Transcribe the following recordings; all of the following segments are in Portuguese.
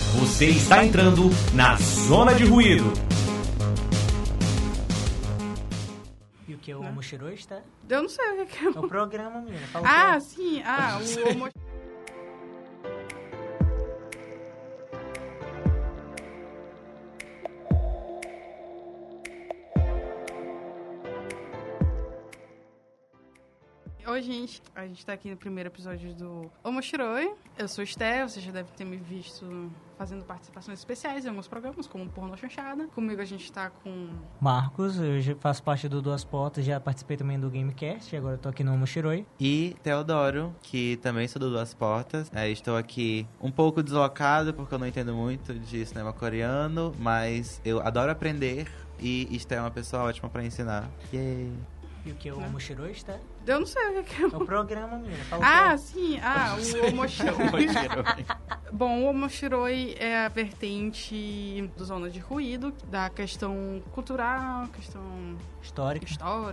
Você está entrando na Zona de Ruído. E o que é o Omoshiroi, tá? Eu não sei o que é. É o programa, menina. Fala Ah, sim. Ah, o Omoshiroi. Oi, gente. A gente tá aqui no primeiro episódio do Omoshiroi. Eu sou Esté, você já deve ter me visto fazendo participações especiais em alguns programas, como Pornô Chanchada. Comigo a gente tá com Marcos, eu já faço parte do Duas Portas, já participei também do Gamecast, agora eu tô aqui no Omoshiroi. E Teodoro, que também sou do Duas Portas. Estou aqui um pouco deslocado, porque eu não entendo muito de cinema coreano, mas eu adoro aprender e Esté é uma pessoa ótima pra ensinar. Yay! E o que é o Omoshiroi, tá? Eu não sei o que é. É o programa, menina. Fala Ah, sim. Ah, o Omoshiroi. Bom, o Omoshiroi é a vertente do Zona de Ruído, da questão cultural, questão histórica.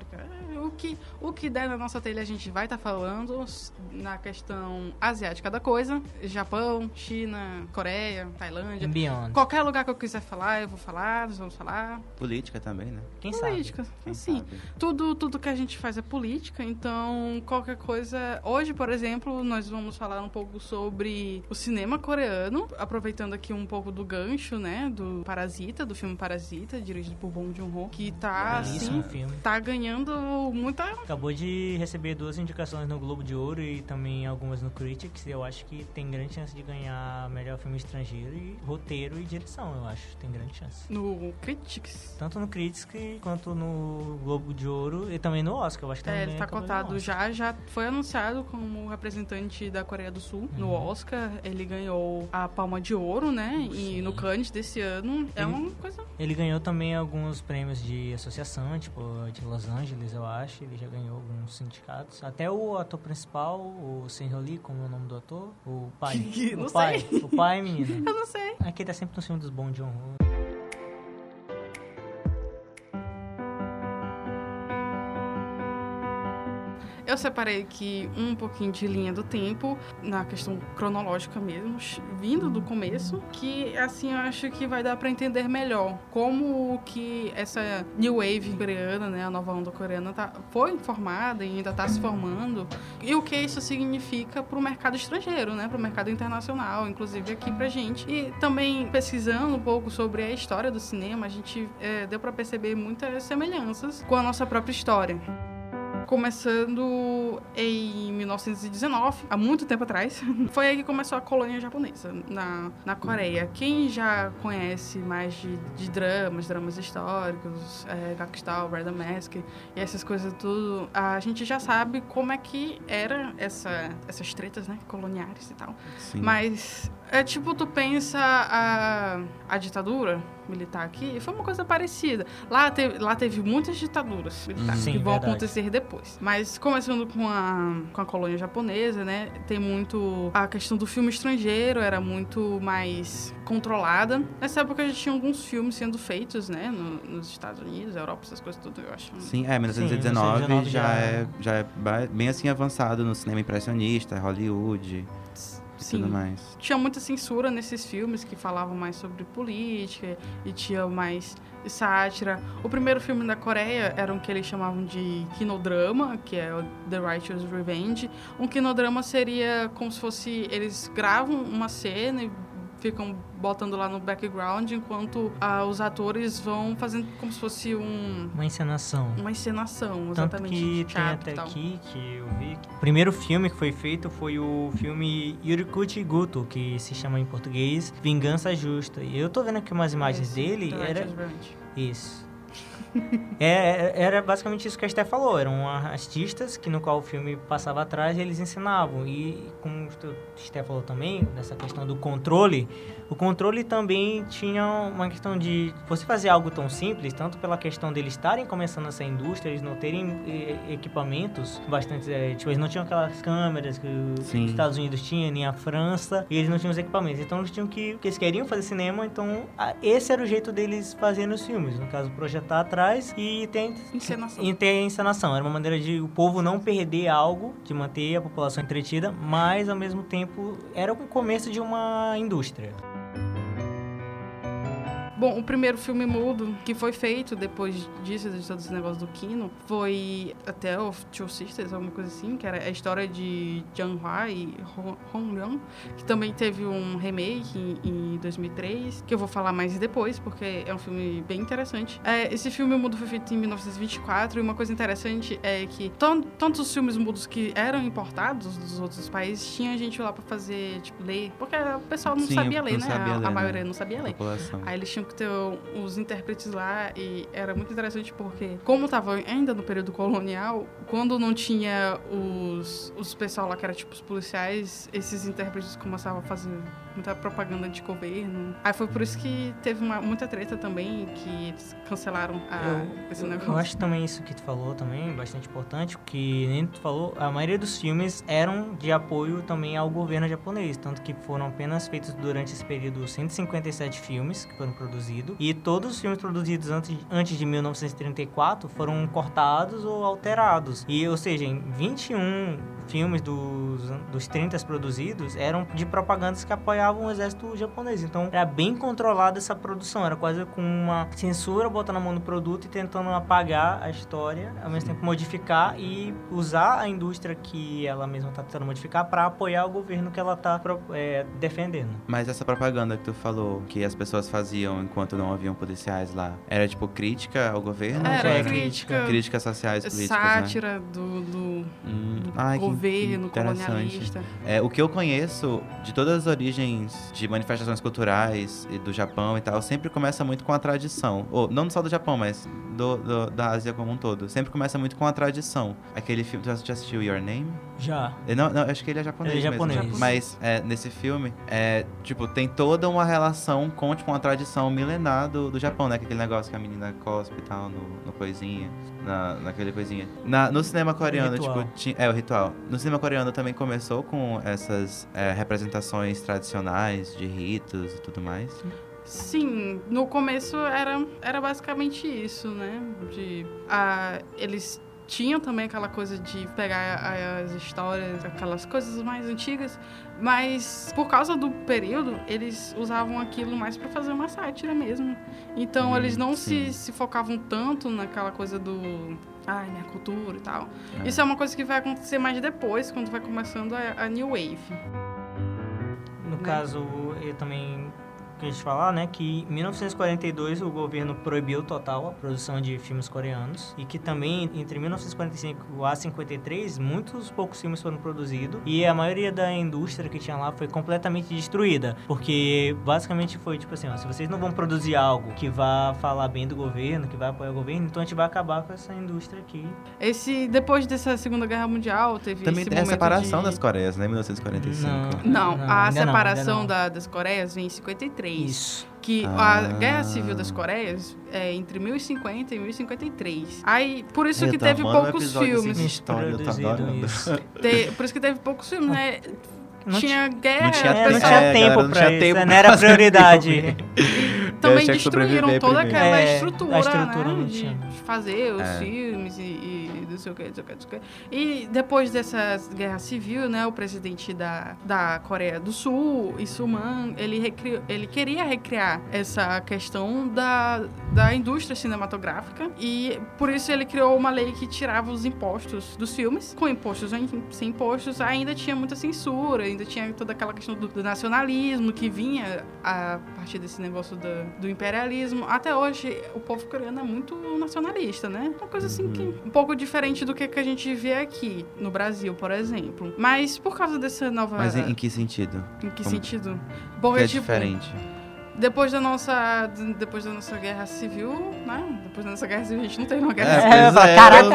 O que der na nossa telha a gente vai estar falando na questão asiática da coisa. Japão, China, Coreia, Tailândia. Beyond. Qualquer lugar que eu quiser falar, eu vou falar, nós vamos falar. Política também, né? Quem Política, sabe? assim. Sabe? Tudo que a gente faz é política, então qualquer coisa... Hoje, por exemplo, nós vamos falar um pouco sobre o cinema coreano, aproveitando aqui um pouco do gancho, né, do Parasita, do filme Parasita, dirigido por Bong Joon-ho, que tá, Belíssimo assim, filme. tá ganhando muita... Acabou de receber 2 indicações no Globo de Ouro e também algumas no Critics. Eu acho que tem grande chance de ganhar melhor filme estrangeiro e roteiro e direção, eu acho. Tem grande chance. No Critics. Tanto no Critics quanto no Globo de Ouro e também no Oscar. Eu acho que também Ele tá acabou cotado no Oscar. já foi anunciado como representante da Coreia do Sul no Oscar. Ele ganhou a Palma de Ouro, né? E no Cannes desse ano. É uma coisa... Ele ganhou também alguns prêmios de associação, tipo de Los Angeles, eu acho. Ele já ganhou alguns sindicatos. Até o ator principal, o Seung-ho Lee, como é o nome do ator? O pai. Não o pai. sei. O pai, menina. Eu não sei. Aqui tá sempre no filme dos Bong Joon-ho. Eu separei aqui um pouquinho de linha do tempo, na questão cronológica mesmo, vindo do começo, que assim eu acho que vai dar pra entender melhor como que essa New Wave coreana, né, a nova onda coreana, foi formada e ainda tá se formando, e o que isso significa pro mercado estrangeiro, né, pro mercado internacional, inclusive aqui pra gente. E também pesquisando um pouco sobre a história do cinema, a gente deu pra perceber muitas semelhanças com a nossa própria história. Começando em 1919, há muito tempo atrás, foi aí que começou a colônia japonesa na Coreia. Quem já conhece mais de dramas históricos, Gakstao, Red Mask e essas coisas tudo, a gente já sabe como é que era essas tretas, né, coloniais e tal. Sim. Mas tipo, tu pensa a ditadura militar aqui, foi uma coisa parecida. Lá teve muitas ditaduras militares Sim, que vão verdade. acontecer depois. Mas começando com a colônia japonesa, né, tem muito a questão do filme estrangeiro, era muito mais controlada. Nessa época já tinha alguns filmes sendo feitos, né, nos Estados Unidos, Europa, essas coisas tudo, eu acho. 1919 1919 já é bem assim avançado no cinema impressionista, Hollywood e tudo mais. Tinha muita censura nesses filmes que falavam mais sobre política e tinha mais sátira. O primeiro filme da Coreia era um que eles chamavam de kinodrama, que é o The Righteous Revenge. Um kinodrama seria como se fosse... Eles gravam uma cena e ficam botando lá no background, enquanto os atores vão fazendo como se fosse Uma encenação. uma encenação, Tanto exatamente. que tem teatro até e tal. aqui que eu vi. O primeiro filme que foi feito foi o filme Yurikuchi Guto, que se chama em português Vingança Justa. E eu tô vendo aqui umas imagens dele. The Era Righteous Revenge. isso. Era basicamente isso que a Esté falou. Eram artistas que no qual o filme passava atrás e eles ensinavam. E como a Esté falou também, nessa questão do controle, o controle também tinha uma questão de você fazer algo tão simples, tanto pela questão deles estarem começando essa indústria, eles não terem equipamentos bastante... tipo, eles não tinham aquelas câmeras que os Sim. Estados Unidos tinham, nem a França, e eles não tinham os equipamentos. Então eles tinham que... Porque eles queriam fazer cinema, então esse era o jeito deles fazerem os filmes. No caso, projetar atrás e ter Encenação. e ter a encenação. Era uma maneira de o povo não perder algo, de manter a população entretida, mas ao mesmo tempo era o começo de uma indústria. Bom, o primeiro filme mudo que foi feito depois disso, de todos os negócios do Kino, foi até o Two Sisters, alguma coisa assim, que era a história de Jiang Hua e Hong Leong, que também teve um remake em 2003, que eu vou falar mais depois, porque é um filme bem interessante. Esse filme mudo foi feito em 1924, e uma coisa interessante é que tantos os filmes mudos que eram importados dos outros países, tinha gente lá pra fazer, tipo, ler, porque o pessoal não sabia ler, né? A maioria não sabia ler. Aí eles tinham que ter os intérpretes lá, e era muito interessante porque, como tava ainda no período colonial, quando não tinha os pessoal lá que era tipo os policiais, esses intérpretes começavam a fazer muita propaganda de governo. Aí foi por isso que teve muita treta também, que eles cancelaram esse negócio. Eu acho também isso que tu falou também, bastante importante, que nem tu falou, a maioria dos filmes eram de apoio também ao governo japonês, tanto que foram apenas feitos durante esse período 157 filmes que foram produzidos, e todos os filmes produzidos antes de 1934 foram cortados ou alterados. E, ou seja, em 21 filmes dos 30 produzidos eram de propagandas que apoiavam o exército japonês. Então, era bem controlada essa produção. Era quase com uma censura, botando a mão no produto e tentando apagar a história, ao mesmo tempo modificar e usar a indústria que ela mesma está tentando modificar para apoiar o governo que ela está defendendo. Mas essa propaganda que tu falou, que as pessoas faziam enquanto não haviam policiais lá, era tipo crítica ao governo? Era crítica. Críticas sociais, políticas, sátira, né? do governo colonialista. O que eu conheço de todas as origens de manifestações culturais e do Japão e tal, sempre começa muito com a tradição. Ou, não só do Japão, mas da Ásia como um todo. Sempre começa muito com a tradição. Aquele filme, tu já assistiu Your Name? Já. Não, acho que ele é japonês mesmo. Japonês. Mas nesse filme, tipo, tem toda uma relação com, tipo, uma tradição milenar do Japão, né? Aquele negócio que a menina cospe e tal, no coisinha, naquele coisinha. No cinema coreano, tipo, o ritual. No cinema coreano também começou com essas representações tradicionais de ritos e tudo mais. Sim, no começo era basicamente isso, né? Eles tinham também aquela coisa de pegar as histórias, aquelas coisas mais antigas, mas por causa do período, eles usavam aquilo mais para fazer uma sátira mesmo. Então, eles não se focavam tanto naquela coisa do... minha cultura e tal. Isso é uma coisa que vai acontecer mais depois, quando vai começando a New Wave. No caso, eu também... que a gente falar, né, que em 1942 o governo proibiu total a produção de filmes coreanos e que também entre 1945 a 53 muitos poucos filmes foram produzidos e a maioria da indústria que tinha lá foi completamente destruída, porque basicamente foi tipo assim, se vocês não vão produzir algo que vá falar bem do governo, que vai apoiar o governo, então a gente vai acabar com essa indústria aqui. Depois dessa Segunda Guerra Mundial teve também esse tem a momento separação das Coreias, né, em 1945. Não, a separação das Coreias vem em 53. Isso. Que a Guerra Civil das Coreias é entre 1050 e 1053. Aí, por isso que teve poucos filmes. Por isso que teve poucos filmes, né? Tinha guerra, não tinha tempo pra isso, não era prioridade. Também destruíram toda aquela estrutura, né, de fazer os filmes e não sei o que. E depois dessa guerra civil, né, o presidente da Coreia do Sul, Lee Soo-man, ele queria recriar essa questão da indústria cinematográfica e por isso ele criou uma lei que tirava os impostos dos filmes. Com impostos ou sem impostos, ainda tinha muita censura, ainda tinha toda aquela questão do nacionalismo que vinha a partir desse negócio do imperialismo. Até hoje, o povo coreano é muito nacionalista, né? Uma coisa assim que um pouco diferente do que a gente vê aqui no Brasil, por exemplo. Mas por causa dessa nova... Mas em que sentido? Em que sentido? Porque é diferente. Depois da nossa guerra civil, né? Depois da nossa guerra civil, a gente não teve uma guerra civil. Caraca,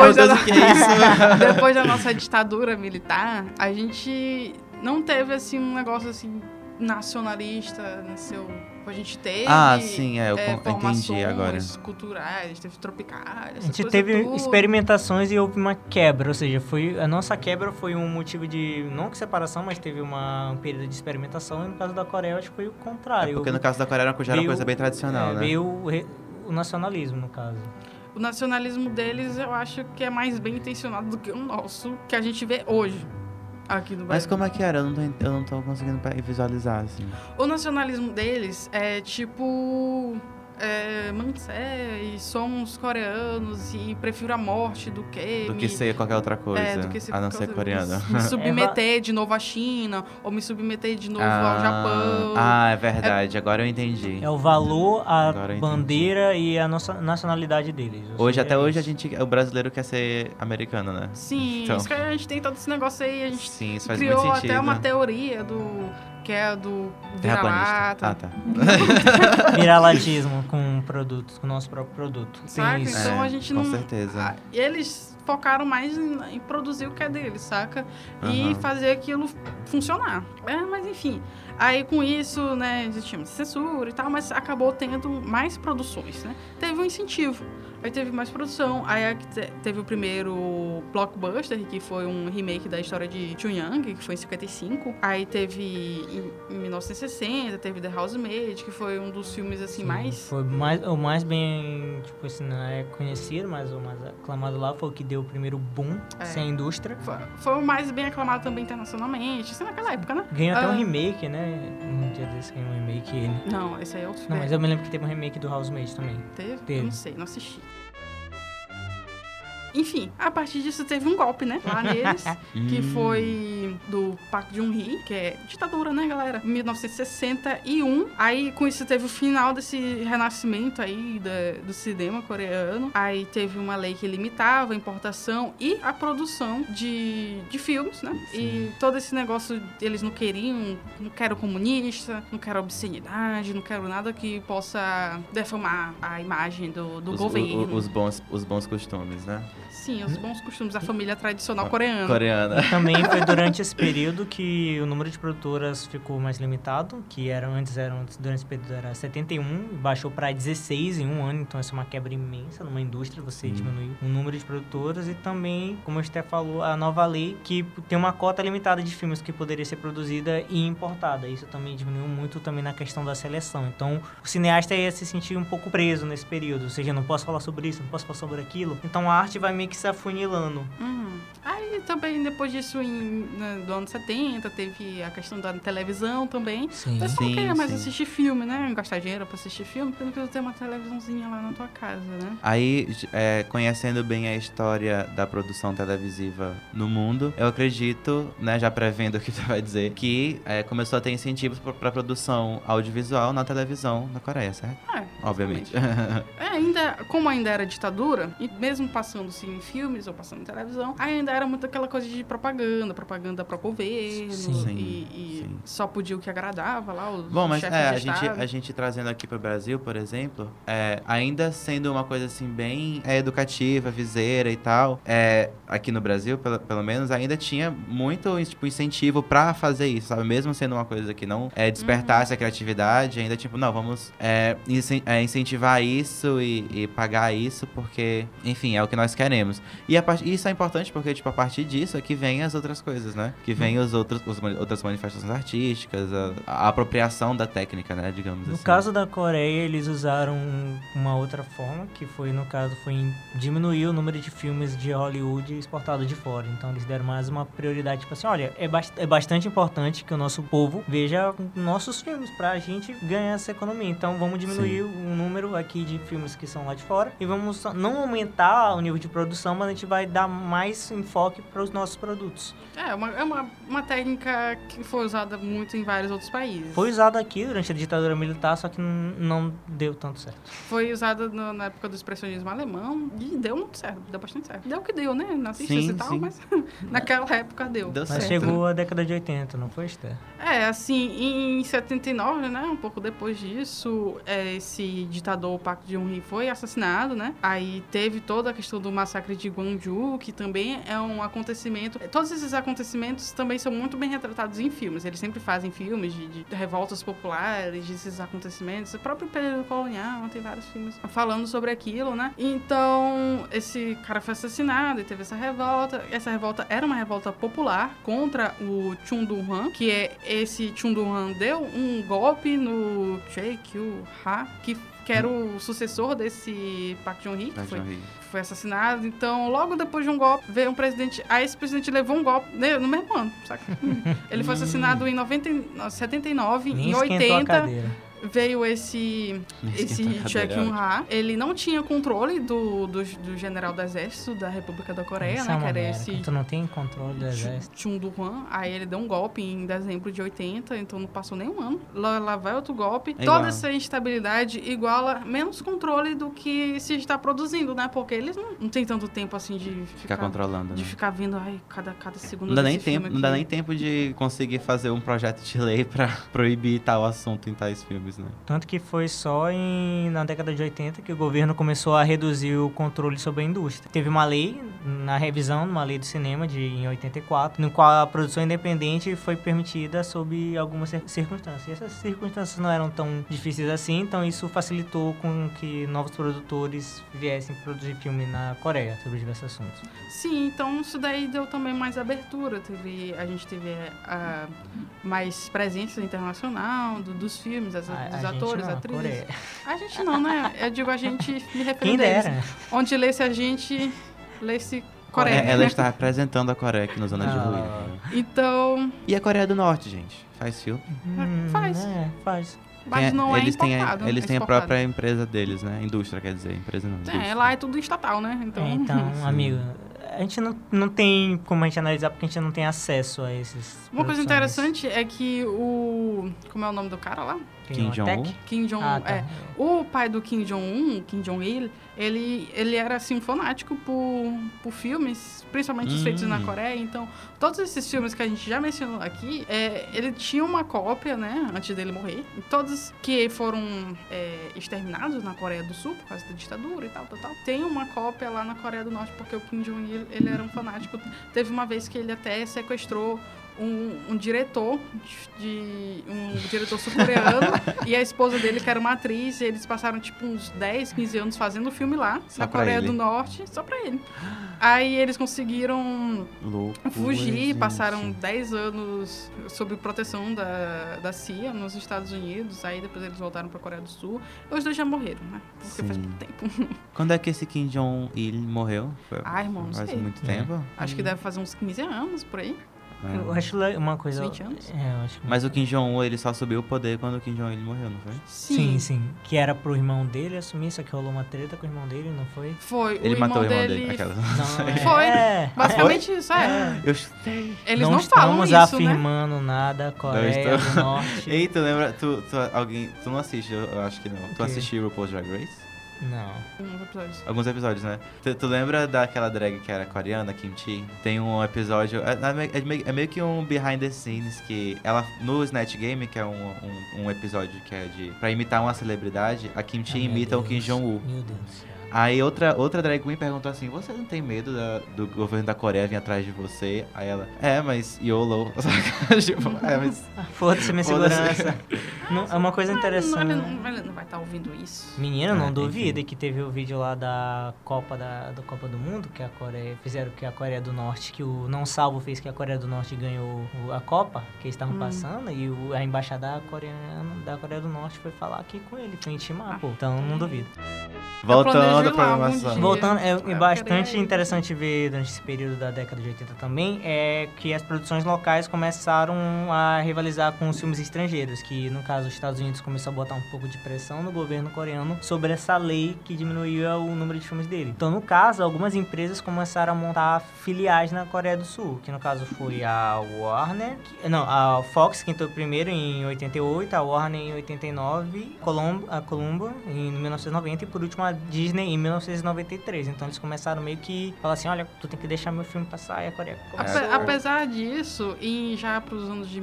depois da nossa ditadura militar, a gente não teve, assim, um negócio, assim, nacionalista, nasceu... A gente teve eu entendi agora. Culturais, teve tropicais, a gente teve experimentações e houve uma quebra, ou seja, a nossa quebra foi um motivo de, não que separação, mas teve um período de experimentação, e no caso da Coreia, acho que foi o contrário. Porque no caso da Coreia já era uma coisa bem tradicional, né? Veio o nacionalismo, no caso. O nacionalismo deles, eu acho que é mais bem intencionado do que o nosso, que a gente vê hoje. Aqui no Brasil. Mas como é que era? Eu não tô conseguindo visualizar, assim. O nacionalismo deles é tipo... Mansé e somos coreanos e prefiro a morte do que ser qualquer outra coisa, a não ser coreana. Me submeter de novo à China ou me submeter de novo ao Japão. Ah, é verdade. Agora eu entendi. É o valor, a bandeira e a nossa nacionalidade deles. Até hoje o brasileiro quer ser americano, né? Sim, então, isso que a gente tem todo esse negócio aí. A gente sim, isso faz criou muito sentido. até uma teoria que é do vira-lata. Ah, tá. Viralatismo com produtos, com o nosso próprio produto. Saca? Então a gente não... Com certeza. Eles focaram mais em produzir o que é deles, saca? E fazer aquilo funcionar. Mas enfim... Aí, com isso, né, existia censura e tal, mas acabou tendo mais produções, né? Teve um incentivo. Aí teve mais produção. Aí teve o primeiro blockbuster, que foi um remake da história de Chun-Yang, que foi em 55. Aí teve, em 1960, teve The Housemaid, que foi um dos filmes, assim, mais... Foi o mais bem, tipo assim, não é conhecido, mas o mais aclamado lá foi o que deu o primeiro boom sem a indústria. Foi o mais bem aclamado também internacionalmente, assim, naquela época, né? Ganhou até um remake, né? Um dia desse ganhou um remake ele. Não, esse aí é outro filme. Não, mas eu me lembro que teve um remake do Housemaid também. Teve? Eu não sei, não assisti. Enfim, a partir disso teve um golpe, né? Lá neles, que foi do Park Jun-hee, que é ditadura, né, galera? Em 1961. Aí, com isso, teve o final desse renascimento aí do cinema coreano. Aí teve uma lei que limitava a importação e a produção de filmes, né? Sim. E todo esse negócio, eles não queriam, não quero comunista, não quero obscenidade, não quero nada que possa defamar a imagem do governo. Os bons costumes, né? Sim, os bons costumes da família tradicional coreana. E também foi durante esse período que o número de produtoras ficou mais limitado, que durante esse período era 71, e baixou para 16 em um ano, então essa é uma quebra imensa numa indústria, você diminuiu o número de produtoras, e também, como a Esté falou, a nova lei que tem uma cota limitada de filmes que poderia ser produzida e importada. Isso também diminuiu muito também na questão da seleção. Então, o cineasta ia se sentir um pouco preso nesse período, ou seja, não posso falar sobre isso, não posso falar sobre aquilo. Então, a arte vai meio que se afunilando. Aí também, depois disso, do ano 70, teve a questão da televisão também. Sim. O pessoal queria mais assistir filme, né? Gastar dinheiro pra assistir filme, tendo que ter uma televisãozinha lá na tua casa, né? Aí, conhecendo bem a história da produção televisiva no mundo, eu acredito, né, já prevendo o que tu vai dizer, que começou a ter incentivos pra produção audiovisual na televisão na Coreia, certo? Obviamente. Como ainda era ditadura, e mesmo passando-se em filmes ou passando em televisão, ainda era muito aquela coisa de propaganda para o governo. Sim. Só podia o que agradava lá, os chefes de Estado. A gente trazendo aqui pro Brasil, por exemplo, ainda sendo uma coisa assim bem educativa, viseira e tal, aqui no Brasil, pelo menos, ainda tinha muito incentivo pra fazer isso, sabe? Mesmo sendo uma coisa que não despertasse a criatividade, ainda não, vamos incentivar isso e pagar isso, porque, enfim, é o que nós queremos. E isso é importante porque, a partir disso é que vem as outras coisas, né? Que vem outras manifestações artísticas, a apropriação da técnica, né? Digamos assim. No caso da Coreia, eles usaram uma outra forma, que foi, no caso, foi diminuir o número de filmes de Hollywood exportados de fora. Então, eles deram mais uma prioridade, tipo assim, olha, é bastante importante que o nosso povo veja nossos filmes pra gente ganhar essa economia. Então, vamos diminuir o número aqui de filmes que são lá de fora e vamos não aumentar o nível de produção, mas a gente vai dar mais enfoque para os nossos produtos. É uma técnica que foi usada muito em vários outros países. Foi usada aqui durante a ditadura militar, só que não deu tanto certo. Foi usada na época do expressionismo alemão e deu muito certo, deu bastante certo. Deu o que deu, né? Nazistas e tal, mas naquela época deu mas certo. Chegou a década de 80, não foi, Esther? Assim, em 79, né? Um pouco depois disso, esse ditador Park Jun-hee foi assassinado, né? Aí teve toda a questão do massacre de Gwangju, que também é um acontecimento. Todos esses acontecimentos também são muito bem retratados em filmes. Eles sempre fazem filmes de revoltas populares, desses acontecimentos. O próprio período colonial, tem vários filmes falando sobre aquilo, né? Então, esse cara foi assassinado e teve essa revolta. Essa revolta era uma revolta popular contra o Chun Doo-hwan, que esse Chun Doo-hwan deu um golpe no Choi Kyu-ha, que era o sucessor desse Park Jun-hee, que foi assassinado. Então, logo depois de um golpe, veio um presidente. Aí esse presidente levou um golpe no mesmo ano, saca? Ele foi assassinado em 79, nem em 80. veio esse Choi Kyung-ha. Ele não tinha controle do general do exército da República da Coreia, né? Que era esse... Tu não tem controle do exército. Chun Do-hwan. Aí ele deu um golpe em dezembro de 80, então não passou nem um ano. Lá vai outro golpe. Toda essa instabilidade iguala menos controle do que se está produzindo, né? Porque eles não têm tanto tempo assim de ficar controlando, de né? ficar vendo cada segundo não dá nem tempo de conseguir fazer um projeto de lei pra proibir tal assunto em tais filmes, né? Tanto que foi só na década de 80 que o governo começou a reduzir o controle sobre a indústria. Teve uma lei, na revisão, uma lei do cinema em 84, no qual a produção independente foi permitida sob algumas circunstâncias. E essas circunstâncias não eram tão difíceis assim, então isso facilitou com que novos produtores viessem produzir filme na Coreia sobre diversos assuntos. Sim, então isso daí deu também mais abertura. A gente teve mais presença internacional dos filmes, dos atores, atrizes. Coreia. A gente não, né? Eu digo a gente me referindo Quem dera. Onde lê-se a gente, lê-se Coreia. Ela está representando a Coreia aqui no Zona de Ruído. Então... E a Coreia do Norte, gente? Faz filme? Faz. Mas não é importado. Eles têm a própria empresa deles, né? Indústria, quer dizer. Empresa não. Indústria. Lá é tudo estatal, né? Então amigo... A gente não tem como a gente analisar porque a gente não tem acesso a esses Uma coisa interessante é que como é o nome do cara lá? Kim Jong-un. Kim Jong-un, tá. O pai do Kim Jong-un, Kim Jong-il, ele era, assim, um fanático por filmes, principalmente os feitos na Coreia. Então, todos esses filmes que a gente já mencionou aqui, ele tinha uma cópia, né, antes dele morrer. Todos que foram exterminados na Coreia do Sul, por causa da ditadura e tal. Tem uma cópia lá na Coreia do Norte, porque o Kim Jong-il, ele era um fanático. Teve uma vez que ele até sequestrou um diretor sul-coreano e a esposa dele, que era uma atriz, e eles passaram tipo uns 10, 15 anos fazendo filme lá, na Coreia do Norte, só pra ele. Aí eles conseguiram fugir, passaram 10 anos sob proteção da CIA nos Estados Unidos, aí depois eles voltaram pra Coreia do Sul. Os dois já morreram, né? Porque faz muito tempo. Quando é que esse Kim Jong-il morreu? Irmão, não sei. Faz muito tempo? Acho que deve fazer uns 15 anos, por aí. Eu acho uma coisa... 20 anos? Eu acho que... Mas o Kim Jong-un, ele só subiu o poder quando o Kim Jong-il morreu, não foi? Sim. Que era pro irmão dele assumir, só que rolou uma treta com o irmão dele, não foi? Foi. Ele matou o irmão dele. Foi. Basicamente isso, Eu sei. Eles não falam isso, Não estamos afirmando nada, Coreia do Norte. Ei, tu lembra... Tu não assiste, eu acho que não. Tu assistiu o RuPaul's Drag Race? Não. Alguns episódios, né? Tu lembra daquela drag que era coreana, Kim Chi? Tem um episódio... É meio que um behind the scenes que ela... No Snatch Game, que é um episódio que é pra imitar uma celebridade, a Kim Chi imita o Kim Jong-un. Meu Deus do céu. Aí outra drag queen perguntou assim, você não tem medo do governo da Coreia vir atrás de você? Aí ela, mas YOLO. Tipo, mas... Foda-se minha segurança. É uma coisa interessante. Ele não vai estar ouvindo isso. Menina, não duvida que teve o vídeo lá da Copa do Mundo, que a Coreia fizeram que a Coreia do Norte, que o Não Salvo fez que a Coreia do Norte ganhou a Copa, que eles estavam passando, e a embaixada da Coreia do Norte foi falar aqui com ele, foi intimar, pô. Então não duvido. Voltando à programação. Voltando, é bastante interessante ver durante esse período da década de 80 também, é que as produções locais começaram a rivalizar com os filmes estrangeiros, que no caso os Estados Unidos começou a botar um pouco de pressão no governo coreano sobre essa lei que diminuía o número de filmes dele. Então, no caso, algumas empresas começaram a montar filiais na Coreia do Sul, que no caso foi a Warner, a Fox, que entrou primeiro em 88, a Warner em 89, a Columbia em 1990 e por último a Disney em 1993. Então eles começaram meio que falar assim, olha, tu tem que deixar meu filme passar, e a Coreia começou. Apesar disso, já para os anos de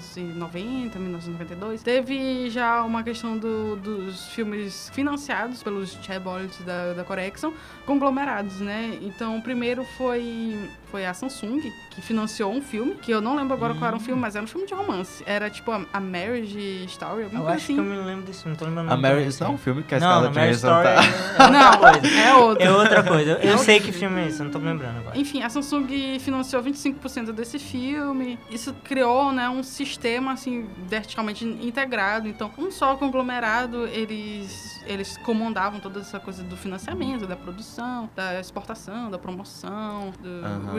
1990, 1992, teve já uma questão dos filmes financiados pelos chaebols da Coreia, que são conglomerados, né? Então, o primeiro foi a Samsung, que financiou um filme, que eu não lembro agora qual era o filme, mas era um filme de romance. Era tipo a Marriage Story, alguma coisa assim. Eu acho que eu me lembro desse filme, não tô lembrando. A Marriage não é um filme que a Scarlett Johansson tá... Não, é outra coisa. Eu sei que filme é esse, eu não tô me lembrando agora. Enfim, a Samsung financiou 25% desse filme. Isso criou, né, um sistema, assim, verticalmente integrado. Então, um só conglomerado, eles comandavam toda essa coisa do financiamento, da produção, da exportação, da promoção, do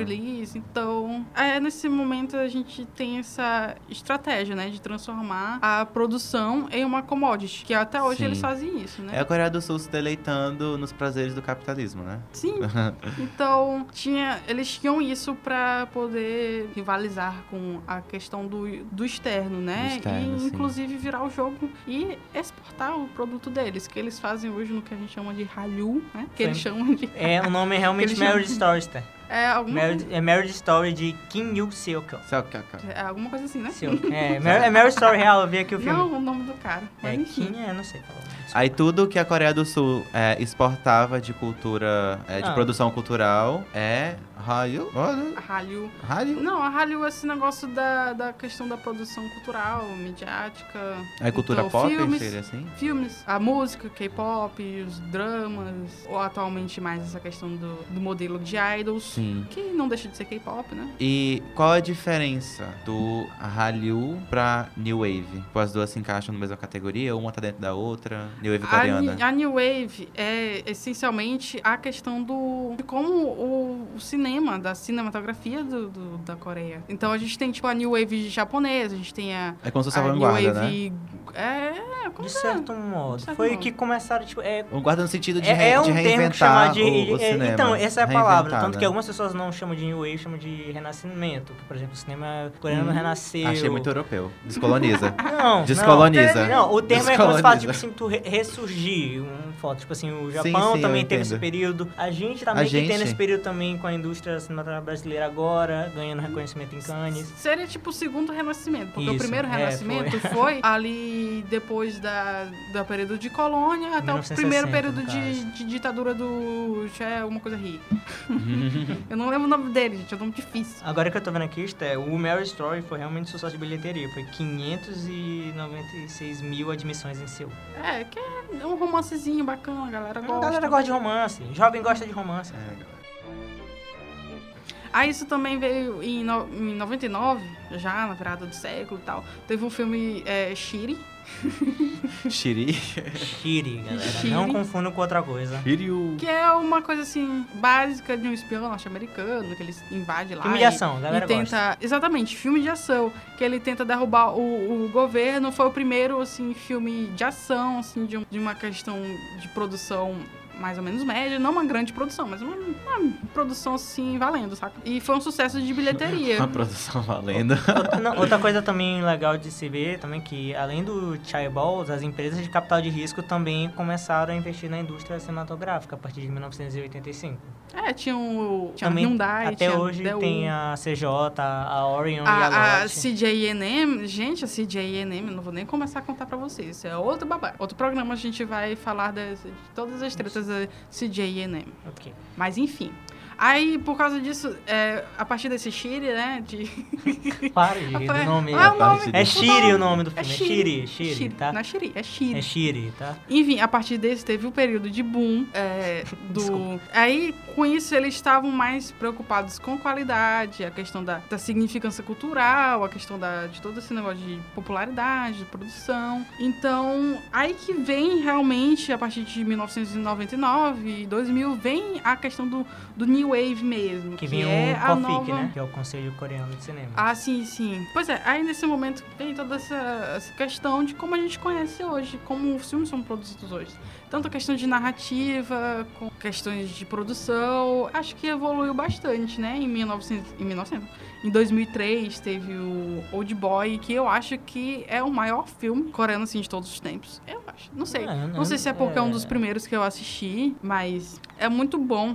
release. Então, nesse momento a gente tem essa estratégia, né, de transformar a produção em uma commodity, que até hoje Sim. eles fazem isso, né? É a Coreia do Sul se deleitando nos prazeres do capitalismo, né? Sim. Então, eles tinham isso pra poder rivalizar com a questão do externo, né? Do externo, e, sim. inclusive, virar o jogo e exportar o produto deles, que eles fazem hoje no que a gente chama de Hallyu, né? Que eles chamam de... O nome é realmente Eles Marriage Story, tá? Marriage Story de Kim Yu-seok. Alguma coisa assim, né? É Marriage Story real, eu vi aqui o filme. Não, o nome do cara. Mas enfim. Kim, não sei falar. Aí tudo que a Coreia do Sul exportava de cultura, de produção cultural é Hallyu. Hallyu. Não, a Hallyu é esse negócio da questão da produção cultural, midiática. É cultura pop, filmes, seria assim? Filmes, a música, K-pop, os dramas, ou atualmente mais essa questão do modelo de idols. Sim. Que não deixa de ser K-pop, né? E qual a diferença do Hallyu pra New Wave? As duas se encaixam na mesma categoria? Uma tá dentro da outra? New Wave coreana? A New Wave é essencialmente a questão de como o cinema, da cinematografia da Coreia. Então a gente tem tipo a New Wave japonesa, a gente tem a como se fosse a New vanguarda, Wave, né? De certo modo. Foi que começaram, tipo... Vanguarda no sentido de, um de termo que chama reinventar o cinema. Então, essa é a palavra. Tanto que né? algumas pessoas não chamam de New Wave, chamam de renascimento. Que, por exemplo, o cinema coreano renasceu. Achei muito europeu. Descoloniza. Não. Descoloniza. Não, o termo é como se fala, tipo assim, tu ressurgir. Tipo assim, o Japão também teve esse período. A gente também tem esse período também com a indústria cinematográfica brasileira agora, ganhando reconhecimento em Cannes. Seria tipo o segundo renascimento, porque o primeiro renascimento foi ali depois do período de colônia até 1960, o primeiro período de ditadura do alguma coisa Ri. Eu não lembro o nome dele, gente, é um nome difícil. Agora que eu tô vendo aqui, o Marriage Story foi realmente sucesso de bilheteria. Foi 596 mil admissões em Seul. Que é um romancezinho bacana, a galera gosta. A galera gosta de romance. Jovem gosta de romance. Isso também veio em 99, já na virada do século e tal. Teve um filme Shiri. Shiri, galera. Não confundam com outra coisa. Shiryu. Que é uma coisa assim, básica de um espião norte-americano, que ele invade lá. Filme de ação, galera gosta. Exatamente, filme de ação. Que ele tenta derrubar o governo. Foi o primeiro, assim, filme de ação, assim, de uma questão de produção mais ou menos média, não uma grande produção, mas uma produção assim, valendo, saca? E foi um sucesso de bilheteria. Uma produção valendo. Outra coisa também legal de se ver, também que além do chaeballs, as empresas de capital de risco também começaram a investir na indústria cinematográfica a partir de 1985. Tinha a também, Hyundai, até tinha hoje Daewoo. tem a CJ, a Orion e a Lotte. A CJ&M, gente, a CJ&M, eu não vou nem começar a contar pra vocês, isso é outro babado. Outro programa a gente vai falar de todas as tretas da CJ&M. Ok. Mas enfim. Aí, por causa disso, a partir desse Shiri, né, Para de rir do nome. É Shiri o nome do filme. É Shiri, tá? Não é Shiri, é Shiri. É Shiri, tá? Enfim, a partir desse teve o período de boom Aí, com isso, eles estavam mais preocupados com qualidade, a questão da significância cultural, a questão de todo esse negócio de popularidade, de produção. Então, aí que vem realmente, a partir de 1999 e 2000, vem a questão do New Wave mesmo. Que vem o COFIC, né? Que é o Conselho Coreano de Cinema. Sim. Pois é, aí nesse momento vem toda essa questão de como a gente conhece hoje, como os filmes são produzidos hoje. Tanto a questão de narrativa, com questões de produção, acho que evoluiu bastante, né? Em 2003 teve o Old Boy, que eu acho que é o maior filme coreano, assim, de todos os tempos. Eu acho. Não sei. Não sei se é porque é um dos primeiros que eu assisti, mas é muito bom.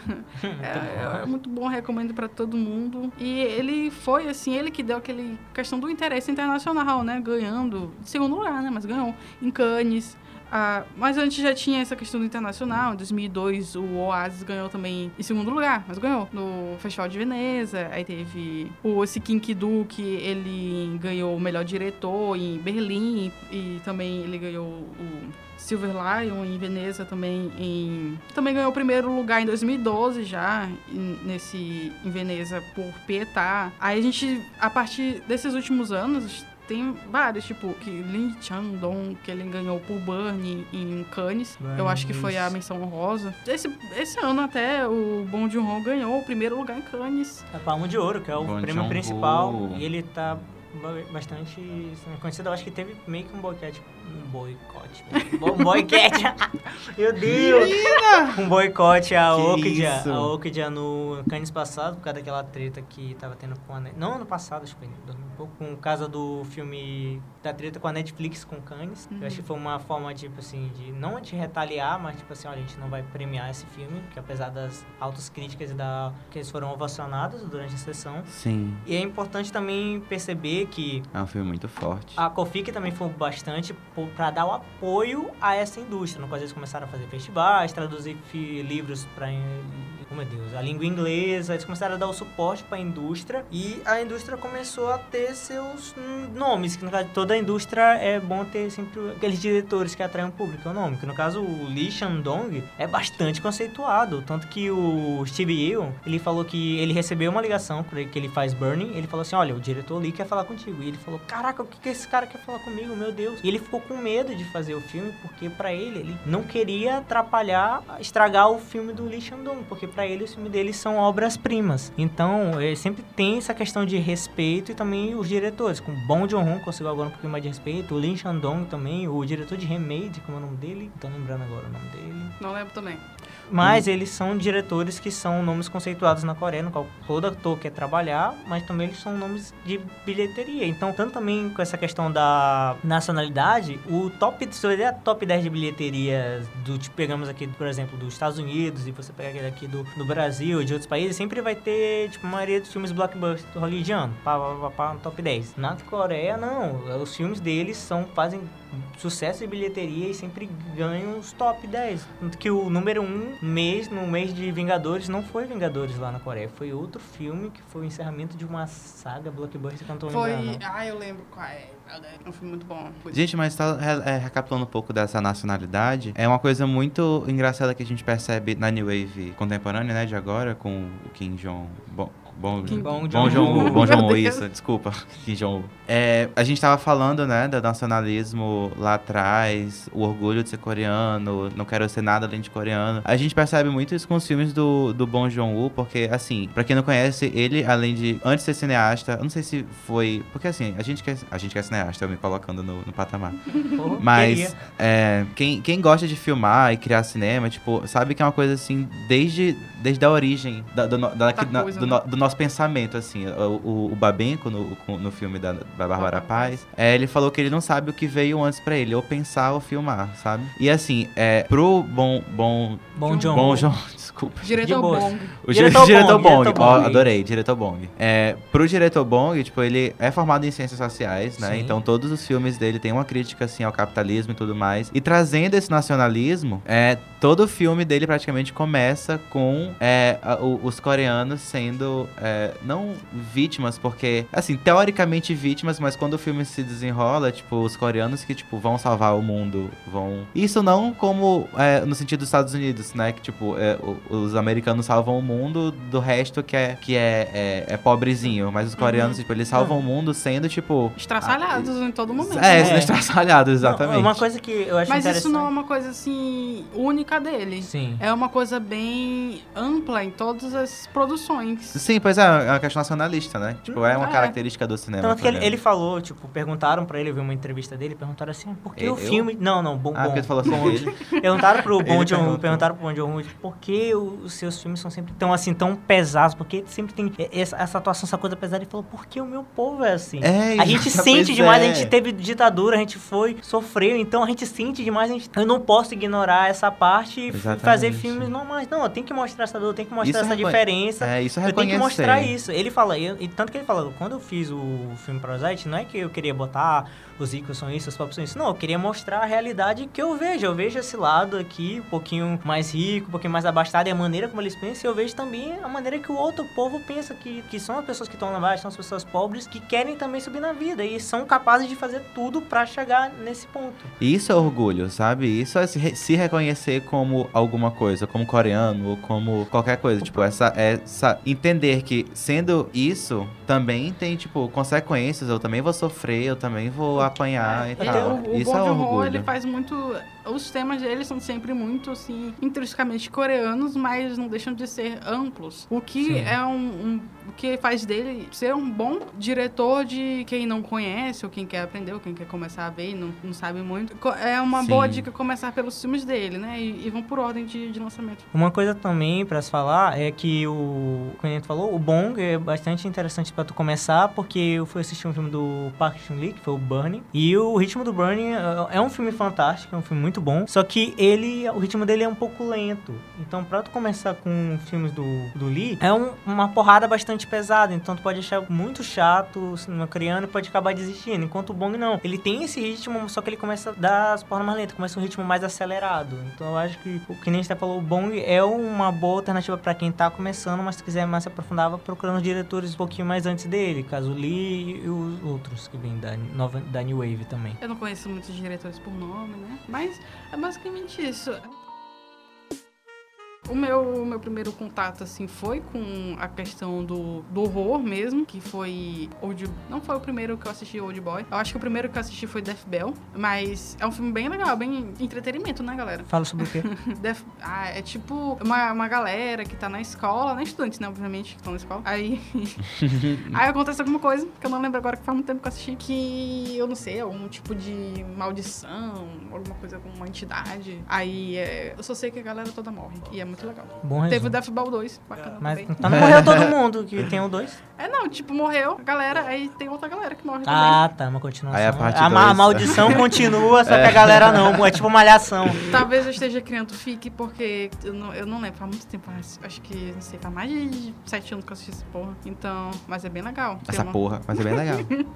É muito bom, recomendo pra todo mundo. E ele foi, assim, ele que deu aquele questão do interesse internacional, né? Ganhando, em segundo lugar, né? Mas ganhou em Cannes. Mas antes já tinha essa questão do internacional. Em 2002, o Oasis ganhou também em segundo lugar, mas ganhou no Festival de Veneza. Aí teve esse Kim Ki-doo, que ele ganhou o melhor diretor em Berlim. E também ele ganhou o Silver Lion em Veneza também. Também ganhou o primeiro lugar em 2012 já, em Veneza, por Pietà. Aí a gente, a partir desses últimos anos, tem vários, tipo, que Lee Chang-dong, que ele ganhou por Burn em Cannes. Eu acho que foi a menção honrosa. Esse ano até o Bong Joon-ho ganhou o primeiro lugar em Cannes. A Palma de Ouro, que é o Bong prêmio Joon-ho. principal. E ele tá bastante conhecido. Eu acho que teve meio que um boicote. Um boicote. Meu Deus! Um boicote a Okja no Cannes passado, por causa daquela treta que tava tendo com a Netflix. Não, ano passado, acho que foi um pouco, por causa do filme, da treta com a Netflix com Cannes. Eu acho que foi uma forma, tipo assim, de não de retaliar, mas tipo assim, olha, a gente não vai premiar esse filme, que apesar das altas críticas e que eles foram ovacionados durante a sessão. Sim. E é importante também perceber que É um filme muito forte. a Cofic também foi bastante para dar o apoio a essa indústria, no qual eles começaram a fazer festivais, traduzir livros para, oh meu Deus, a língua inglesa, eles começaram a dar o suporte para a indústria e a indústria começou a ter seus nomes, que no caso toda a indústria é bom ter sempre aqueles diretores que atraem o público, é o nome, que no caso o Lee Chang-dong é bastante conceituado, tanto que o Steve Yeun, ele falou que ele recebeu uma ligação que ele faz Burning, ele falou assim, olha, o diretor Lee quer falar contigo, e ele falou, caraca, o que esse cara quer falar comigo, meu Deus, e ele ficou com medo de fazer o filme, porque pra ele não queria atrapalhar, estragar o filme do Lee Chang-dong, porque pra ele os filmes dele são obras-primas, então sempre tem essa questão de respeito e também os diretores, com Bong Joon-ho conseguiu agora um pouquinho mais de respeito, o Lee Chang-dong também, o diretor de Remade, como é o nome dele, não tô lembrando agora o nome dele. Não lembro também. Mas eles são diretores que são nomes conceituados na Coreia, no qual todo ator quer trabalhar, mas também eles são nomes de bilheteria. Então, tanto também com essa questão da nacionalidade, se você olhar top 10 de bilheterias pegamos aqui, por exemplo, dos Estados Unidos, e você pega aquele aqui do Brasil, de outros países, sempre vai ter, tipo, a maioria dos filmes blockbuster hollywoodiano, no top 10. Na Coreia, não. Os filmes deles fazem sucesso de bilheteria e sempre ganham os top 10. Tanto que o número 1 no mês de Vingadores não foi Vingadores lá na Coreia, foi outro filme que foi o encerramento de uma saga blockbuster que eu não tô lembrando. Eu lembro qual é. É um filme muito bom. Gente, mas recapitulando um pouco dessa nacionalidade, é uma coisa muito engraçada que a gente percebe na New Wave contemporânea, né, de agora, com o Kim Jong... Bong Joon-ho, isso, desculpa, Kim Jong-ho. A gente tava falando, né, do nacionalismo lá atrás, o orgulho de ser coreano, não quero ser nada além de coreano. A gente percebe muito isso com os filmes do Bong Joon-ho, porque, assim, pra quem não conhece, ele, além de, antes de ser cineasta, eu não sei se foi, porque assim, a gente que é cineasta, eu me colocando no patamar. Mas, quem gosta de filmar e criar cinema, tipo, sabe que é uma coisa, assim, desde a origem do nosso pensamento, assim. O Babenco, no filme da Bárbara Paz, ele falou que ele não sabe o que veio antes pra ele, ou pensar ou filmar, sabe? E assim, pro Bong Joon-ho, desculpa. Diretor Bong. O diretor Bong, adorei, diretor Bong. Pro diretor Bong, tipo, ele é formado em ciências sociais, né? Sim. Então todos os filmes dele tem uma crítica, assim, ao capitalismo e tudo mais. E trazendo esse nacionalismo, todo filme dele praticamente começa com os coreanos sendo, não vítimas, porque, assim, teoricamente vítimas, mas quando o filme se desenrola, tipo, os coreanos que, tipo, vão salvar o mundo, vão... Isso não como no sentido dos Estados Unidos, né? Que, tipo, os americanos salvam o mundo do resto que é pobrezinho, mas os coreanos, tipo, eles salvam o mundo sendo, tipo... Estraçalhados em todo momento. Sendo estraçalhados, exatamente. Uma coisa que eu acho Mas interessante... isso não é uma coisa, assim, única dele. Sim. É uma coisa bem ampla em todas as produções. Sim, pois é uma questão nacionalista, né? Tipo, é uma característica do cinema. Tanto que ele falou, tipo, perguntaram pra ele, eu vi uma entrevista dele, perguntaram assim, por que o filme... Não, porque tu falou assim dele. Perguntaram pro Bong Joon-ho, por que os seus filmes são sempre tão pesados, porque sempre tem essa atuação, essa coisa pesada. Ele falou, porque o meu povo é assim. A gente sente demais, a gente teve ditadura, a gente sofreu, então a gente sente demais, eu não posso ignorar essa parte e fazer filmes normais. Não, eu tenho que mostrar essa dor, eu tenho que mostrar essa diferença. Isso é eu tenho que mostrar isso. isso. Ele fala, e tanto que ele fala, quando eu fiz o filme Parasite, não é que eu queria botar os ricos são isso, os pobres são isso. Não, eu queria mostrar a realidade que eu vejo. Eu vejo esse lado aqui, um pouquinho mais rico, um pouquinho mais abastado, e a maneira como eles pensam, e eu vejo também a maneira que o outro povo pensa, que são as pessoas que estão lá embaixo, são as pessoas pobres, que querem também subir na vida, e são capazes de fazer tudo pra chegar nesse ponto. Isso é orgulho, sabe? Isso é se reconhecer como alguma coisa, como coreano, ou como qualquer coisa. Tipo, entender saber que, sendo isso, também tem, tipo, consequências. Eu também vou sofrer, eu também vou apanhar e tal. O Isso Bong é Joon-ho, orgulho. ele faz muito... Os temas dele são sempre muito, assim, intrinsecamente coreanos, mas não deixam de ser amplos. O que é o que faz dele ser um bom diretor de quem não conhece, ou quem quer aprender, ou quem quer começar a ver e não sabe muito. É uma boa dica começar pelos filmes dele, né? E vão por ordem de lançamento. Uma coisa também pra se falar é que como a gente falou, o Bong é bastante interessante pra tu começar, porque eu fui assistir um filme do Park Chan-wook, que foi o Burning, e o ritmo do Burning é um filme fantástico, é um filme muito bom, só que o ritmo dele é um pouco lento. Então, pra tu começar com filmes do Lee, é uma porrada bastante pesada, então tu pode achar muito chato o cinema coreano e pode acabar desistindo, enquanto o Bong não. Ele tem esse ritmo, só que ele começa a dar as porras mais lentas, começa um ritmo mais acelerado. Então, eu acho que nem você falou, o Bong é uma boa alternativa pra quem tá começando, mas se quiser mais se aprofundar, vai procurando diretores um pouquinho mais antes dele, caso o Lee e os outros que vêm da New Wave também. Eu não conheço muitos diretores por nome, né? Mas é basicamente isso. O meu primeiro contato, assim, foi com a questão do horror mesmo, que foi... Não foi o primeiro que eu assisti, Old Boy. Eu acho que o primeiro que eu assisti foi Death Bell, mas é um filme bem legal, bem entretenimento, né, galera? Fala sobre o quê? É tipo uma galera que tá na escola, né, estudantes, né, obviamente, que estão na escola. Aí acontece alguma coisa, que eu não lembro agora, que faz muito tempo que eu assisti, que eu não sei, algum tipo de maldição, alguma coisa com uma entidade. Aí eu só sei que a galera toda morre, e é muito legal. Bom resumo. Teve o Death Bell 2, bacana Mas também. então não morreu todo mundo que tem o 2? Não, tipo, morreu a galera, aí tem outra galera que morre também. Ah, tá, uma continuação. Aí a parte a 2. maldição continua, só que a galera não. É tipo malhação. Talvez eu esteja criando fique, porque eu não lembro, faz muito tempo, acho que, não sei, faz mais de 7 anos que eu assisti essa porra. Então, mas é bem legal. Mas é bem legal.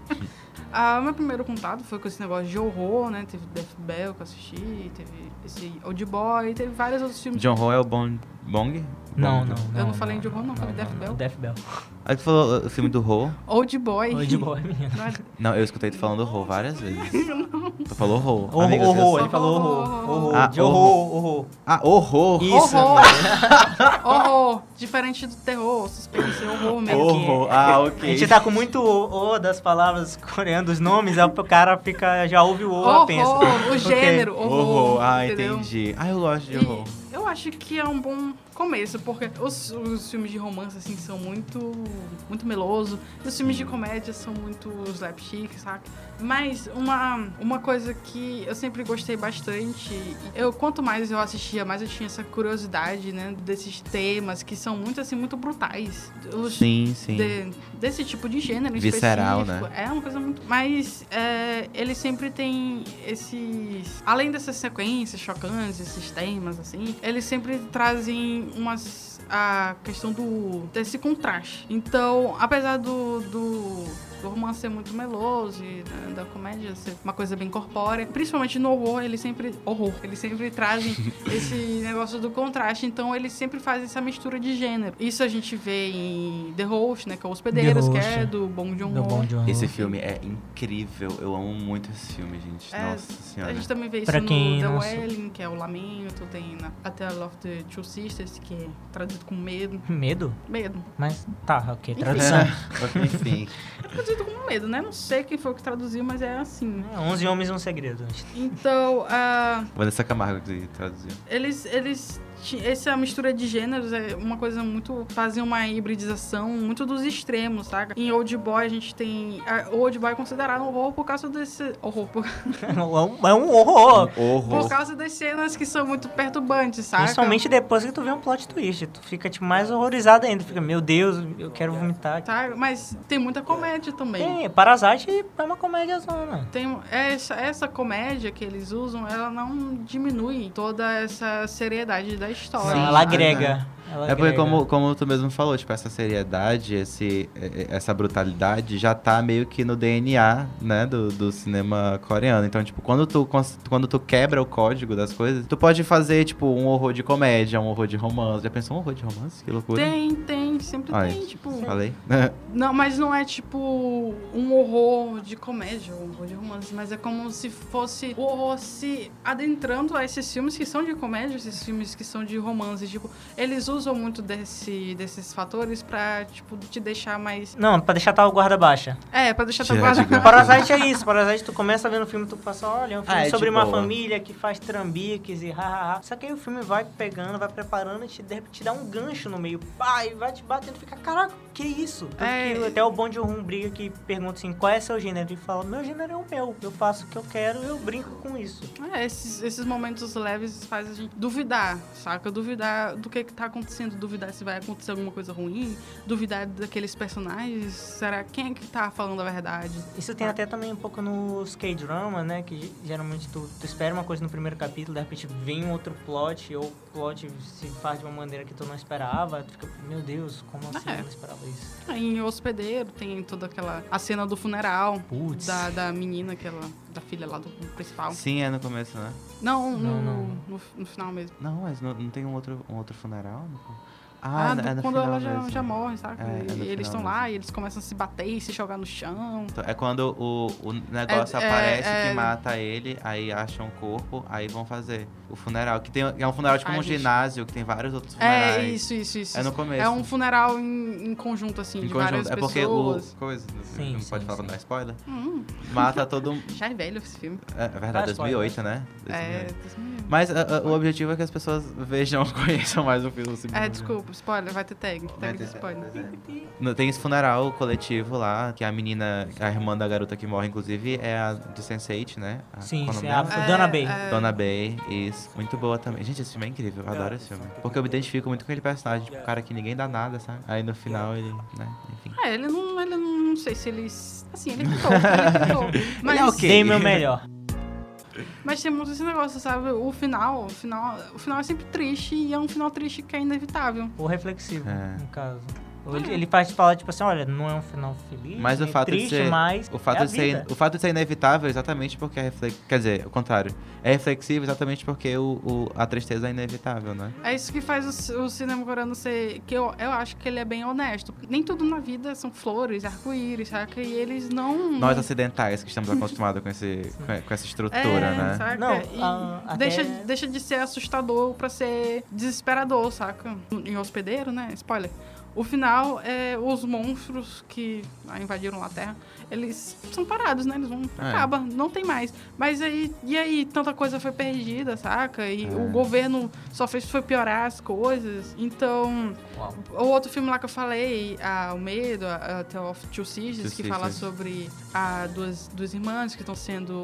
O meu primeiro contato foi com esse negócio de horror, né? Teve Death Bell que eu assisti, teve esse Old Boy, teve vários outros filmes. John Ho é o Bong? Não. Eu não falei de horror, não, falei Death Bell. Death Bell. Aí tu falou o filme do Ho. Old Boy. Old Boy, menino. Não, eu escutei tu falando Ho várias vezes. Tu falou Ho. Horror, ele falou horror. Ah, De horror. Ah, horror. Isso. Horror. Horror. Diferente do terror, suspense, horror mesmo. Horror. Ah, ok. A gente tá com muito o das palavras coreanas, dos nomes, aí o cara já ouve o Horror, pensa. o gênero, horror. Ah, entendeu? entendi. Ah, eu gosto de horror. Eu acho que é um bom começo, porque os filmes de romance, assim, são muito meloso. E os filmes de comédia são muito slapstick, saca? Mas uma coisa que eu sempre gostei bastante, quanto mais eu assistia, mais eu tinha essa curiosidade, né? Desses temas que são muito, assim, muito brutais. Sim. Desse tipo de gênero Visceral, específico. né? É uma coisa muito... Mas ele sempre tem esses... Além dessas sequências chocantes, esses temas, assim, eles sempre trazem a questão desse contraste. Então, apesar do romance ser muito meloso e da comédia ser uma coisa bem corpórea, principalmente no horror, eles sempre trazem esse negócio do contraste. Então, eles sempre fazem essa mistura de gênero. Isso a gente vê em The Host, né, que é o Hospedeiros, que é do Bong Joon-ho. Esse filme é incrível. Eu amo muito esse filme, gente. Nossa senhora. A gente também vê isso Pra no quem The não Wailing, que é o Lamento, tem A Tale of the Two Sisters, que é traduzido com medo. Medo? Medo. Mas tá, ok, tradução. Enfim. Traduzido como medo, né? Não sei quem foi que traduziu, mas é assim. 11 Homens e um Segredo. Então, Vanessa Camargo que traduziu. Essa mistura de gêneros é uma coisa muito... Fazem uma hibridização muito dos extremos, saca? Em Old Boy a gente tem... O Old Boy é considerado um horror por causa desse... É um horror. Por causa das cenas que são muito perturbantes, saca? Principalmente depois que tu vê um plot twist. Tu fica tipo, mais horrorizado ainda. Fica, meu Deus, eu quero vomitar. Tá, mas tem muita comédia também. Tem, Parasite é uma comédia zona. Tem essa comédia que eles usam, ela não diminui toda essa seriedade da história. Sim, ela agrega. Porque como tu mesmo falou, tipo, essa seriedade, essa brutalidade já tá meio que no DNA, né, do cinema coreano. Então, tipo, quando tu quebra o código das coisas, tu pode fazer, tipo, um horror de comédia, um horror de romance. Já pensou um horror de romance? Que loucura. Tem tem, sempre Olha, tem, tipo... Falei? Não, mas não é tipo um horror de comédia, um horror de romance, mas é como se fosse o horror se adentrando a esses filmes que são de comédia, esses filmes que são de romance, tipo, eles usam muito desses fatores pra, tipo, te deixar mais... Não, pra deixar tal guarda baixa. Pra deixar tua Tirar de guarda... Parasite é isso. Parasite, tu começa vendo o filme, tu passa, olha, é um filme é sobre de uma boa. família que faz trambiques e hahaha. Só que aí o filme vai pegando, vai preparando e de repente te dá um gancho no meio. Pá, e vai te batendo e fica, caraca, que isso? Tanto que até o Bong Joon-ho briga que pergunta assim, qual é seu gênero? Ele fala, meu gênero é o meu. Eu faço o que eu quero e eu brinco com isso. Esses momentos leves fazem a gente duvidar, saca? Duvidar do que tá acontecendo, duvidar se vai acontecer alguma coisa ruim, duvidar daqueles personagens. Será quem é que tá falando a verdade? Isso tem até também um pouco nos K-drama, né? Que geralmente tu espera uma coisa no primeiro capítulo, de repente vem um outro plot, ou o plot se faz de uma maneira que tu não esperava. Tu fica, meu Deus, como assim eu não esperava isso? Em Hospedeiro tem toda a cena do funeral Putz. da menina, da filha lá do principal. Sim, é no começo, né? Não, Não. no final mesmo. Não, mas não tem um outro funeral? Quando no final ela mesmo. já morre, sabe? É no E eles final estão lá e eles começam a se bater e se jogar no chão. É quando o negócio aparece que mata ele, aí acham o corpo, aí vão fazer o funeral. Que é um funeral tipo um ginásio, que tem vários outros funerais. Isso. É no começo. É um funeral em conjunto, assim, de várias É porque pessoas. não pode falar pra não dar spoiler. Hum. Mata todo mundo. Já é velho esse filme. É verdade, 2008, né? 2008. 2008. Mas o objetivo é que as pessoas vejam, conheçam mais o filme. Desculpa, spoiler, vai ter tag de spoiler. Tem esse funeral coletivo lá, que a menina, a irmã da garota que morre, inclusive, é a do Sense8, né? Sim, Qual o nome a dela? Donna Bay. Donna Bay, isso. Muito boa também. Gente, esse filme é incrível, eu adoro esse filme. Porque eu me identifico muito com aquele personagem, tipo, o cara que ninguém dá nada, sabe? Aí no final ele, né, enfim. Ele não sei se ele... Assim, ele tentou. Mas, Ele é ok. Dei meu melhor. Mas tem muito esse negócio, sabe? O final é sempre triste e é um final triste que é inevitável. Ou reflexivo, É. no caso. Ele faz falar, tipo assim, olha, não é um final feliz, Mas o nem fato triste, de ser, mas o fato é a de ser, vida. o fato de ser inevitável é exatamente porque quer dizer, o contrário. É reflexivo exatamente porque a tristeza é inevitável, né? É isso que faz o cinema coreano ser... Que eu acho que ele é bem honesto. Nem tudo na vida são flores, arco-íris, saca? E eles não... Nós ocidentais que estamos acostumados com essa estrutura, né? Saca? Não, E deixa de ser assustador pra ser desesperador, saca? Em Hospedeiro, né? Spoiler. O final, os monstros que invadiram a Terra, eles são parados, né? Eles vão... Acaba, não tem mais. Mas aí... E aí? Tanta coisa foi perdida, saca? E o governo só foi piorar as coisas. Então... Uau. O outro filme lá que eu falei, O Medo, a Tale of Two Sisters, que fala sobre duas irmãs que estão sendo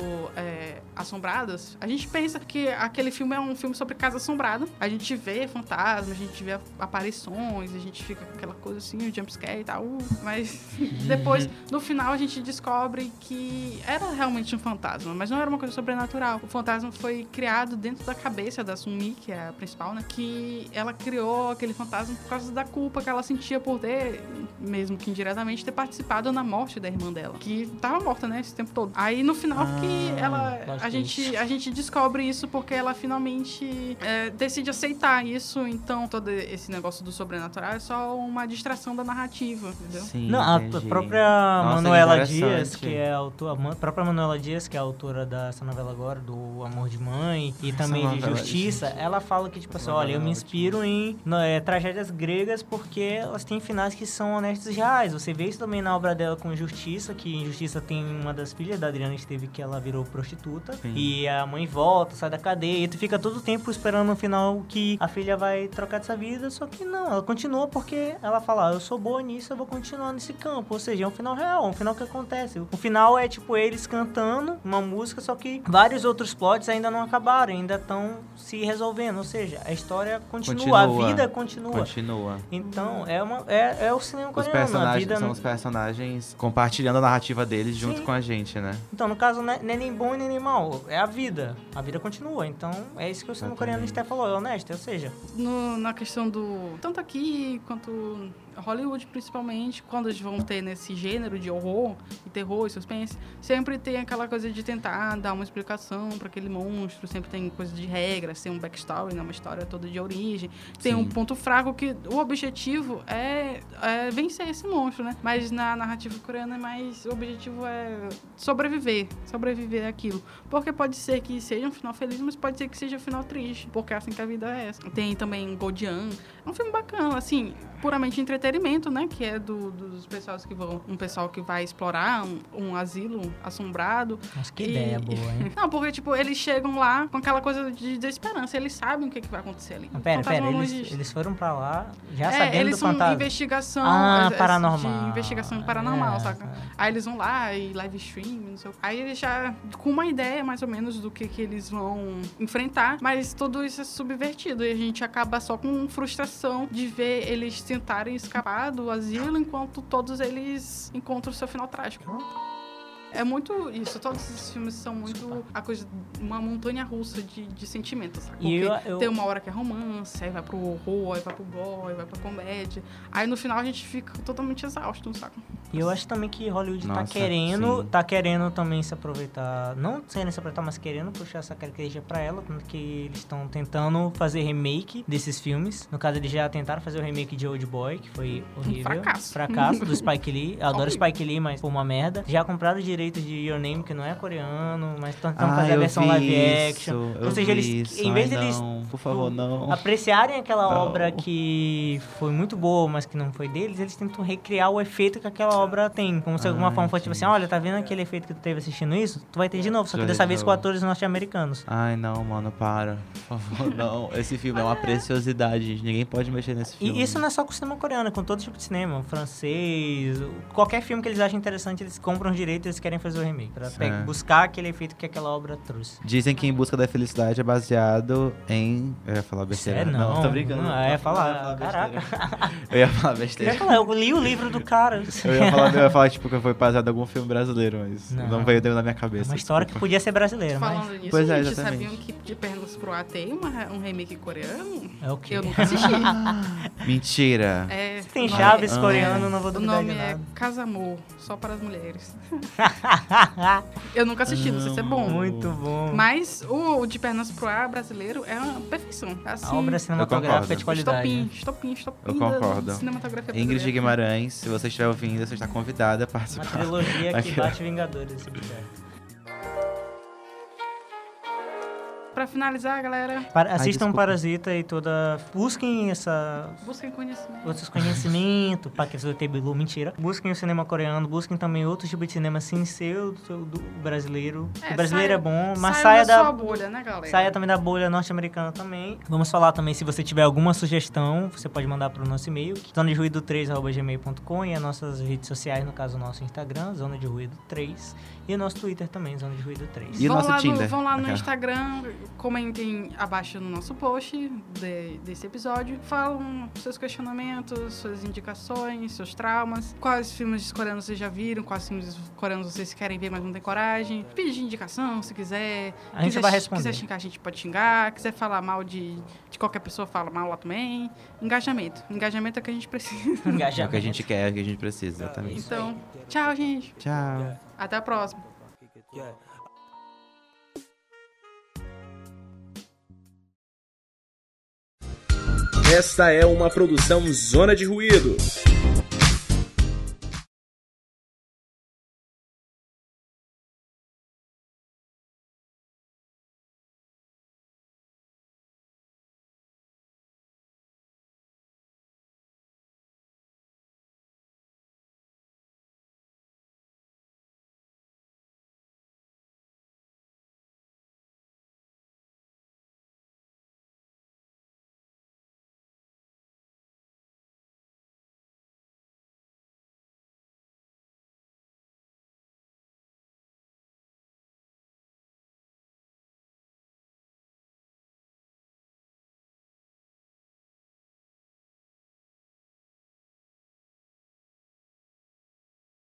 assombradas. A gente pensa que aquele filme é um filme sobre casa assombrada. A gente vê fantasmas, a gente vê aparições, a gente fica com aquela coisa assim, o jumpscare e tal. Mas depois, no final, a gente descobre que era realmente um fantasma, mas não era uma coisa sobrenatural. O fantasma foi criado dentro da cabeça da Sun-mi, que é a principal, né? Que ela criou aquele fantasma por causa da culpa que ela sentia por ter, mesmo que indiretamente, ter participado na morte da irmã dela, que tava morta, né, esse tempo todo. Aí no final que a gente descobre isso porque ela finalmente decide aceitar isso. Então todo esse negócio do sobrenatural é só uma distração da narrativa, entendeu? Sim, Não, a entendi. própria Nossa, Manuela interessante. Dias, que é a própria Manuela Dias, que é a autora dessa novela agora, do Amor de Mãe e também de novela, Justiça, gente. ela fala que, tipo assim, Novela olha, eu me inspiro em tragédias gregas porque elas têm finais que são honestos e reais. Você vê isso também na obra dela com Justiça, que em Justiça tem uma das filhas da Adriana Esteves que ela virou prostituta. Sim. E a mãe volta, sai da cadeia, e tu fica todo o tempo esperando no final que a filha vai trocar dessa vida, só que não, ela continua porque ela fala, eu sou boa nisso, eu vou continuar nesse campo. Ou seja, é um final real, um final que acontece. O final é tipo eles cantando uma música, só que vários outros plots ainda não acabaram, ainda estão se resolvendo. Ou seja, a história continua. A vida continua. Então, é o cinema Os coreano. A personagens vida são os personagens compartilhando a narrativa deles junto Sim. com a gente, né? Então, no caso, não é nem bom e nem mal. É a vida. A vida continua. Então, é isso que o cinema coreano até falou. É honesto. Ou seja... Na questão do... Tanto aqui quanto Hollywood, principalmente, quando eles vão ter nesse gênero de horror, e terror e suspense, sempre tem aquela coisa de tentar dar uma explicação para aquele monstro, sempre tem coisa de regras, tem um backstory, né, uma história toda de origem, tem um ponto fraco que o objetivo é vencer esse monstro, né? Mas na narrativa coreana o objetivo é sobreviver àquilo. Porque pode ser que seja um final feliz, mas pode ser que seja um final triste, porque é assim que a vida é essa. Tem também Godian, é um filme bacana, assim, puramente entretenimento, né? Que é dos pessoas que vão... Um pessoal que vai explorar um asilo assombrado. Nossa, que ideia boa, hein? Não, porque, tipo, eles chegam lá com aquela coisa de desesperança. Eles sabem o que vai acontecer ali. Pera, eles foram pra lá já sabendo eles do fantasma. são investigação... paranormal. De investigação paranormal, saca? Aí eles vão lá e live stream, não sei o que. Aí eles já... Com uma ideia, mais ou menos, do que eles vão enfrentar. Mas tudo isso é subvertido. E a gente acaba só com frustração de ver eles tentarem escapar do asilo enquanto todos eles encontram o seu final trágico. É muito isso, todos esses filmes são muito a coisa, uma montanha russa de sentimentos, sabe? Porque tem uma hora que é romance, aí vai pro horror, aí vai pro gore, aí vai pra comédia. Aí no final a gente fica totalmente exausto, sabe? E eu acho também que Hollywood tá querendo também se aproveitar, não querendo se aproveitar, mas querendo puxar essa característica pra ela, porque eles estão tentando fazer remake desses filmes. No caso, eles já tentaram fazer o remake de Old Boy, que foi horrível. Fracasso do Spike Lee. Eu adoro Spike Lee, mas foi uma merda. Já compraram o direito de Your Name, que não é coreano, mas estão tentando fazer a versão live action. Ou seja, eles, em vez deles por favor, não apreciarem aquela obra que foi muito boa, mas que não foi deles, eles tentam recriar o efeito que aquela obra tem. Como se de alguma forma fosse tipo assim, olha, tá vendo aquele efeito que tu teve assistindo isso? Tu vai ter de novo, só que dessa vez com atores norte-americanos. Ai, não, mano, para. Por favor, não. Esse filme é uma preciosidade, gente. Ninguém pode mexer nesse filme. E isso não é só com o cinema coreano, é com todo tipo de cinema. Francês, qualquer filme que eles acham interessante, eles compram os direitos e eles querem fazer o remake. Pra buscar aquele efeito que aquela obra trouxe. Dizem que Em Busca da Felicidade é baseado em... Eu ia falar besteira. Não, tô brincando. Não, eu ia falar caraca. Eu ia falar besteira. Eu li o livro do cara. Eu ia falar tipo, que foi baseado em algum filme brasileiro, mas não veio na minha cabeça. Uma história que podia ser brasileira, Falando mas... nisso, Pois é, gente, exatamente. sabiam que De Pernas pro Ar tem um remake coreano? É o quê? Eu nunca assisti. Mentira. É, Tem Chaves coreano, não vou o duvidar de nome é nada. Casamor, só para as mulheres. Eu nunca assisti, não sei se é bom. Muito bom. Mas o De Pernas pro Ar brasileiro é uma perfeição. Assim, A obra cinematográfica de qualidade. Estopim Eu concordo. da cinematografia Ingrid brasileira. Guimarães, se você estiver ouvindo, você está convidada a Uma participar. trilogia que bate Vingadores, se quiser. Pra finalizar, galera, Assistam desculpa. Parasita e toda... Busquem busquem conhecimento. outros conhecimentos, para que você tenha mentira. Busquem o cinema coreano, busquem também outros tipos de cinema sem ser do brasileiro. O brasileiro é bom, mas saia da sua bolha, né, galera? Saia também da bolha norte-americana também. Vamos falar também, se você tiver alguma sugestão, você pode mandar para o nosso e-mail, zonaderuido3@gmail.com, e as nossas redes sociais, no caso o nosso Instagram, Zona de Ruído 3, e o nosso Twitter também, Zona de Ruído 3. E o nosso Tinder? Vão lá no Aquela. Instagram, comentem abaixo no nosso post desse episódio. Falam seus questionamentos, suas indicações, seus traumas. Quais filmes coreanos vocês já viram, quais filmes coreanos vocês querem ver, mas não tem coragem. Pedir indicação, se quiser. A gente vai responder. Quiser xingar, a gente pode xingar. Quiser falar mal de qualquer pessoa, fala mal lá também. Engajamento. Engajamento é o que a gente precisa. É o que a gente quer, é o que a gente precisa, exatamente. Então, tchau, gente. Tchau. Até a próxima. Esta é uma produção Zona de Ruído.